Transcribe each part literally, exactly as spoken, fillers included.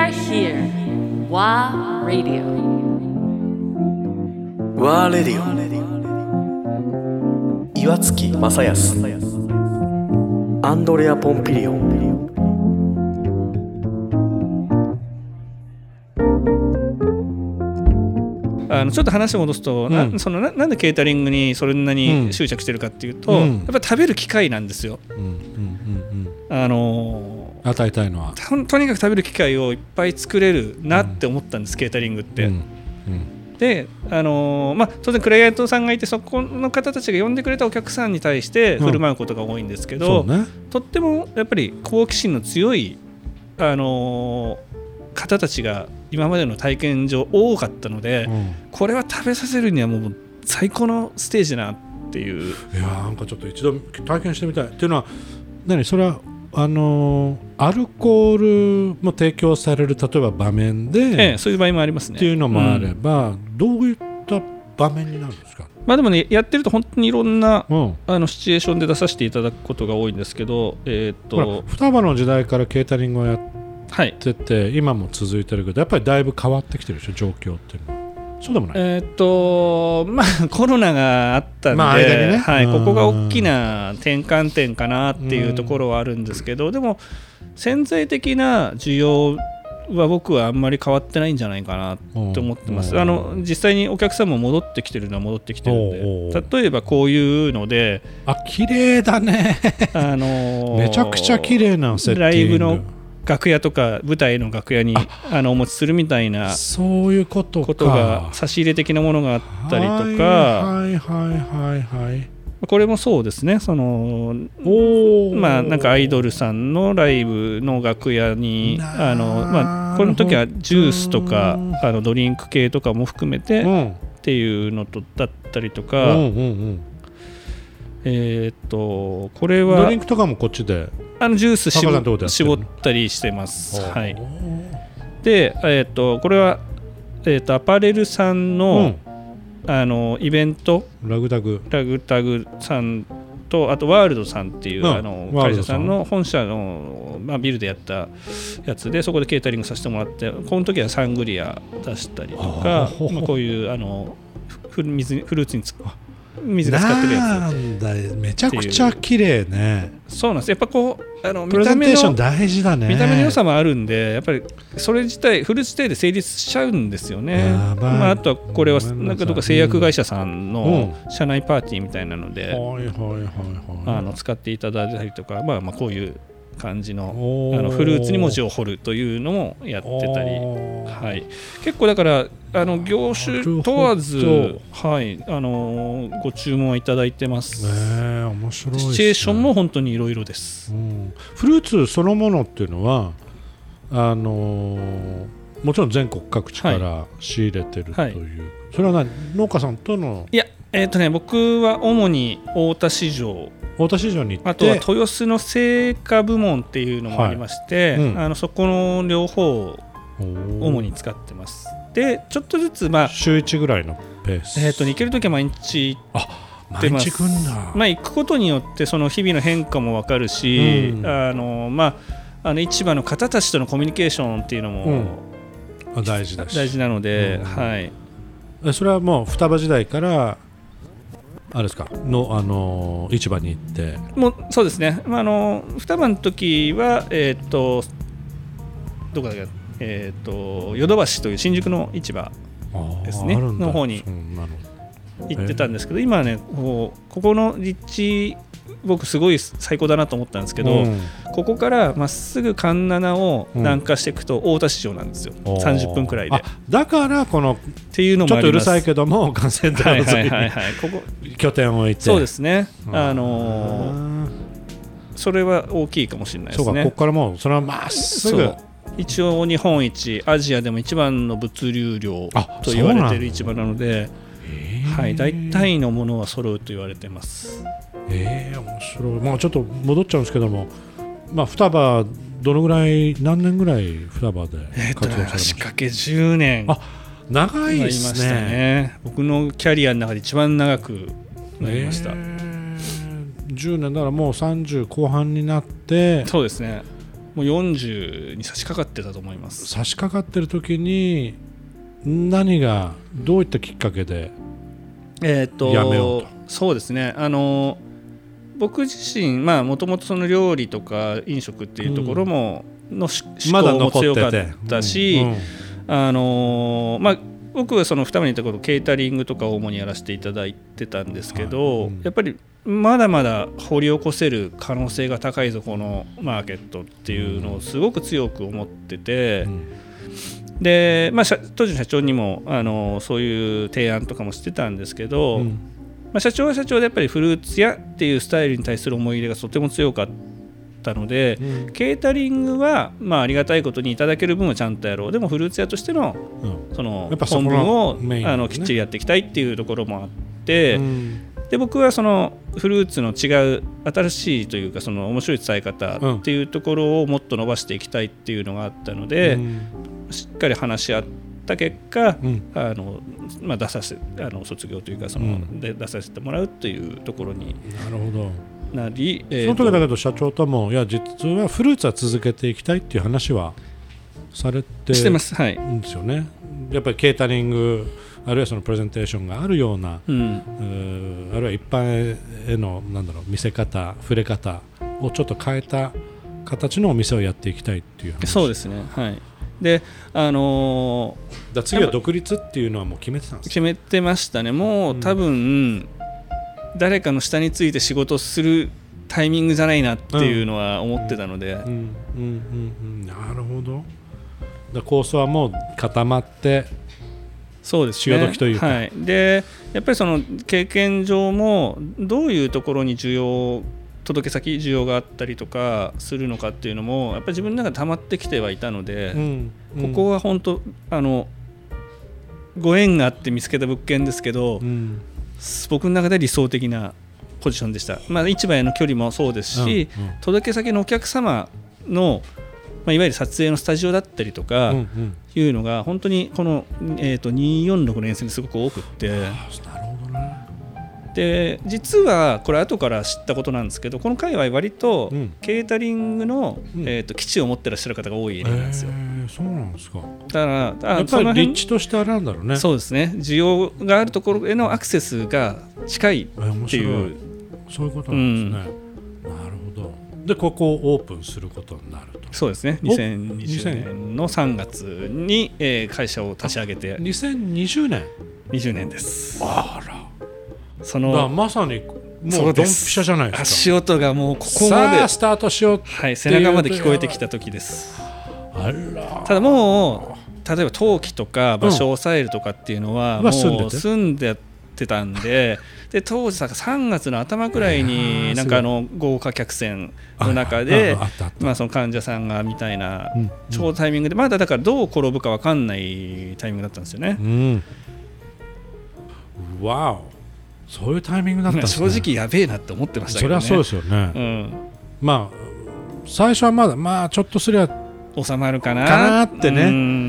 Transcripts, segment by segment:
are here. WA Radio. WA Radio。岩月正康。アンドレア・ポンピリオン。 あのちょっと話を戻すと、うん、な, その な, なんでケータリングにそんなに執着してるかっていうと、うん、やっぱり食べる機会なんですよ、うんうんうんうん、あのー、与えたいのはと, とにかく食べる機会をいっぱい作れるなって思ったんです、うん、ケータリングって、うんうん、で、あのーまあ、当然クライアントさんがいてそこの方たちが呼んでくれたお客さんに対して振る舞うことが多いんですけど、うんね、とってもやっぱり好奇心の強い、あのー方たちが今までの体験上多かったので、うん、これは食べさせるにはもう最高のステージだなっていう。いやなんかちょっと一度体験してみたいっていうのは何それはあのー、アルコールも提供される例えば場面で、 ええ、そういう場合もありますねっていうのもあれば、うん、どういった場面になるんですか。 まあ、でもねやってると本当にいろんな、うん、あのシチュエーションで出させていただくことが多いんですけど、えー、っと双葉の時代からケータリングをやってってて、はい、今も続いてるけどやっぱりだいぶ変わってきてるでしょ状況っていうのは。そうでもない。 えー、っとまあコロナがあったんで、まあ間にね、はい、ここが大きな転換点かなっていうところはあるんですけど、でも潜在的な需要は僕はあんまり変わってないんじゃないかなと思ってます。あの実際にお客さんも戻ってきてるのは戻ってきてるんで、例えばこういうので、 あ綺麗だねあのー、 めちゃくちゃ綺麗なセッティング、 ライブの楽屋とか舞台の楽屋に あ, あのお持ちするみたいなそういうことかことが差し入れ的なものがあったりとか、 はいはいはいはいはい、 これもそうですね。そのまあなんかアイドルさんのライブの楽屋にあのまあこの時はジュースとかあのドリンク系とかも含めて、うん、っていうのとだったりとか、うんうんうん、えー、っとこれはドリンクとかもこっちであのジュース絞, 絞ったりしてます。はい、で、えー、とこれは、えー、とアパレルさん の,、うん、あのイベントラグタグラグタグさんとあとワールドさんっていう、うん、あの会社さんの本社の、まあ、ビルでやったやつでそこでケータリングさせてもらって、この時はサングリア出したりとか、まあ、こういうあのフル、水フルーツにつ水が使ってるやつなんだめちゃくちゃ綺麗ね。 そうなんです。やっぱこうあのプレゼンテーション大事だね。 見た目の良さもあるんでやっぱりそれ自体フルステイで成立しちゃうんですよね。あ、まあ、あとはこれはなんかどっか製薬会社さんの社内パーティーみたいなので、うん、あの使っていただいたりとか、まあ、まあこういう感じ の, あのフルーツに文字を彫るというのもやってたり、はい、結構だからあの業種問わず、はい、あのご注文いただいてます、 ね、面白いですね。 シチュエーションも本当にいろいろです、 うん、フルーツそのものっていうのはあのもちろん全国各地から仕入れてるという、はいはい、それは何農家さんとのいや、えーとね、僕は主に大田市場大田市場に行ってあとは豊洲の青果部門っていうのもありまして、はいうん、あのそこの両方を主に使ってます。でちょっとずつ、まあ、 週いちぐらいのペース、 えーと、行けるときは毎日行ってます。 毎日行くんだ。 まあ、行くことによってその日々の変化も分かるし、うん、あのまあ、あの市場の方たちとのコミュニケーションっていうのも、 うん、大事だし大事なので、うんはい、 それはもう双葉時代からあれですかの、あの市場に行ってもうそうですね、まあ、あの双葉の時は、えー、とどこだっけ、えー、とヨドバシという新宿の市場ですねの方に行ってたんですけど、今はねこうここの立地僕すごい最高だなと思ったんですけど、うん、ここからまっすぐ環七を南下していくと大田市場なんですよ、うん、さんじゅっぷんくらいで。 だからこのっていうのもあります。 ちょっとうるさいけども幹線道路沿いに拠点を置いてそうですね、あのー、それは大きいかもしれないですね。 そうか、ここからもうそれはまっすぐ一応日本一アジアでも一番の物流量と言われている市場なので、はい、大体のものは揃うと言われてます。 えー、面白い。まあ、ちょっと戻っちゃうんですけども、まあ、双葉どのぐらい何年ぐらい双葉で活動されました？ 足掛けじゅうねん。 あ、長いですね。なりましたね。 僕のキャリアの中で一番長くなりました、えー、じゅうねんだからもうさんじゅう後半になって。 そうですね。 もうよんじゅうに差し掛かってたと思います。 差し掛かってる時に何がどういったきっかけでえー、とやめようと。 そうですね、あの僕自身もともと料理とか飲食っていうところも、うん、の思考も強かったし、うんうん、あのまあ、僕はそのふために言ったことケータリングとかを主にやらせていただいてたんですけど、はい、うん、やっぱりまだまだ掘り起こせる可能性が高いぞこのマーケットっていうのをすごく強く思ってて、うん、で、まあ、当時の社長にもあのそういう提案とかもしてたんですけど、うん、まあ、社長は社長でやっぱりフルーツ屋っていうスタイルに対する思い入れがとても強かったので、うん、ケータリングはまあありがたいことにいただける分はちゃんとやろう、でもフルーツ屋としての、うん、その本分を、ね、あのきっちりやっていきたいっていうところもあって、うん、で僕はそのフルーツの違う新しいというかその面白い伝え方っていうところをもっと伸ばしていきたいっていうのがあったので、うん、しっかり話し合った結果、うん、あのまあ、出させあの卒業というかその、うん、で出させてもらうというところになるほどなり、 えー、その時だけど社長ともいや実はフルーツは続けていきたいっていう話はされてしてます、はい、 んですよね。やっぱりケータリングあるいはそのプレゼンテーションがあるような、うん、あるいは一般へのなんだろう見せ方触れ方をちょっと変えた形のお店をやっていきたいっていう話。 そうですね、はい。であのー、だ次は独立っていうのはもう決めてたんですか？ 決めてましたね。もう多分、うん、誰かの下について仕事するタイミングじゃないなっていうのは思ってたので、うんうんうんうん、なるほど。だ構想はもう固まってそうですね、 潮時というか、 はい、でやっぱりその経験上もどういうところに需要届け先需要があったりとかするのかっていうのもやっぱり自分の中で溜まってきてはいたので、うんうん、ここは本当あのご縁があって見つけた物件ですけど、うん、僕の中で理想的なポジションでした。まあ、市場への距離もそうですし、うんうん、届け先のお客様の、まあ、いわゆる撮影のスタジオだったりとか、うんうん、いうのが本当にこの、えーとにーよんろくの沿線ですごく多くって、 なるほどね。 で実はこれ後から知ったことなんですけど、この界隈割とケータリングの、うん、えーと基地を持ってらっしゃる方が多いエリアなんですよ。 えー、そうなんですか。 だからやっぱり立地としてあれなんだろうね。 そうですね、需要があるところへのアクセスが近いっていう、 えー、そういうことなんですね、うん、なるほど。でここをオープンすることになると。 そうですね、にせんにじゅうねんのさんがつに、えー、会社を立ち上げて。 にせんにじゅうねんにじゅうねんです。 あら、 そのだまさにもうドンピシャじゃないですか。 足音がもうここまでさあスタートしよう、 はい、背中まで聞こえてきた時です。 あら、 ただもう例えば登記とか場所を抑えるとかっていうのはもう住んでてたんで、で当時さんがつの頭くらいになんかあの豪華客船の中でまあその患者さんがみたいなちょうどタイミングでまだだからどう転ぶか分かんないタイミングだったんですよね。うん、 わお、そういうタイミングだったんですね。 正直やべえなって思ってましたけどね。 それはそうですよね、うん、まあ最初はまだまあちょっとすりゃ収まるかなかなってね、うん、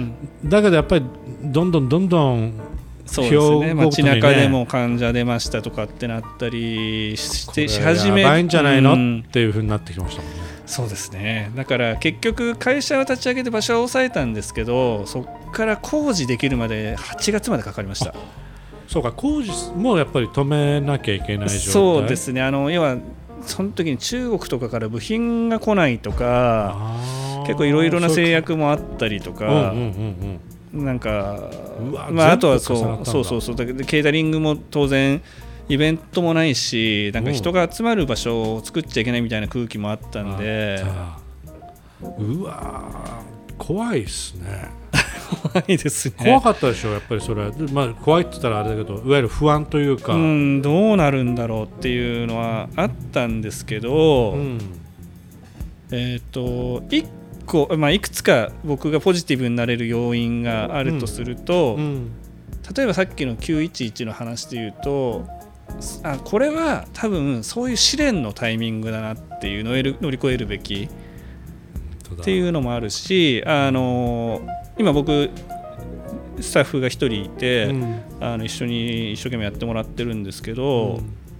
だけどやっぱりどんどんどんどんそうですね、街中でも患者出ましたとかってなったりしてし始めやばいんじゃないの、うん、っていう風になってきましたもんね。 そうですね、だから結局会社を立ち上げて場所を抑えたんですけど、そこから工事できるまではちがつまでかかりました。 そうか、工事もやっぱり止めなきゃいけない状態。 そうですね、あの要はその時に中国とかから部品が来ないとか結構いろいろな制約もあったりとか、うんうんうんうん、なんかまあ、あとはそうそうそうそうだけどケータリングも当然イベントもないし、なんか人が集まる場所を作っちゃいけないみたいな空気もあったんで、 うわ怖いっすね。 怖いですね。 怖かったでしょやっぱりそれは、まあ、怖いって言ったらあれだけど、いわゆる不安というか、 うん、どうなるんだろうっていうのはあったんですけど、うん、えっと一個、まあ、いくつか僕がポジティブになれる要因があるとすると、うんうん、例えばさっきのきゅういちいちの話で言うと、あこれは多分そういう試練のタイミングだなっていうのを乗り越えるべきっていうのもあるし、あの今僕スタッフがひとりいて、うん、あの一緒に一生懸命やってもらってるんですけど、うん、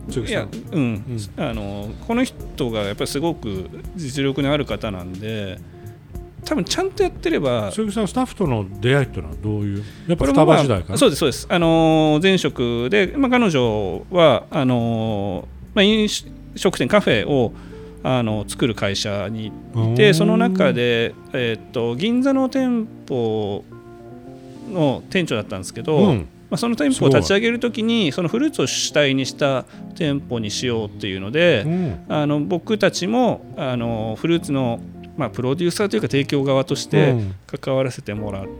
いや、うん、うん、あのこの人がやっぱりすごく実力のある方なんで、多分ちゃんとやってれば。 鈴木さん、スタッフとの出会いというのはどういう、やっぱ双葉時代かな、まあ、 そうですそうです、あの前職で、まあ、彼女はあの、まあ、飲食店カフェをあの作る会社にいて、その中で、えー、っと銀座の店舗の店長だったんですけど、うん、まあ、その店舗を立ち上げるときにそのフルーツを主体にした店舗にしようっていうので、うん、あの僕たちもあのフルーツの、まあ、プロデューサーというか提供側として関わらせてもらって、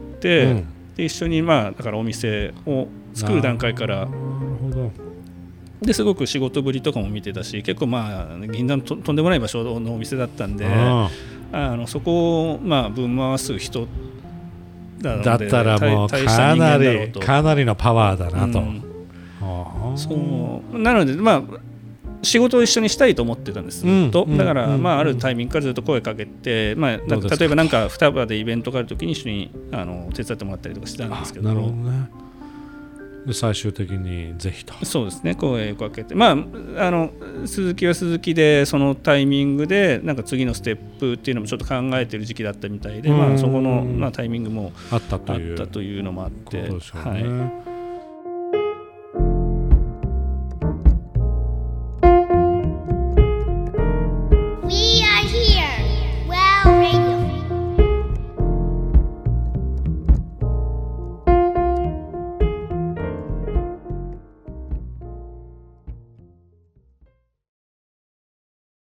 うん、で一緒に、まあ、だからお店を作る段階からですごく仕事ぶりとかも見てたし、結構まあ銀座の と, とんでもない場所のお店だったんで、あのそこをまあぶん回す人だだったらもうかなりかなりのパワーだなと、うん、 そうなのでまあ仕事を一緒にしたいと思ってたんです、うん、とだから、まあ、あるタイミングからずっと声かけて、まあ、例えばなんか双葉でイベントがあるときに一緒にあの手伝ってもらったりとかしてたんですけど、 なるほどね。で最終的にぜひと。 そうですね、声をかけて、まあ、あの鈴木は鈴木でそのタイミングでなんか次のステップっていうのもちょっと考えてる時期だったみたいで、まあ、そこの、まあ、タイミングもあったというのもあって、 ことでしょうね。はい、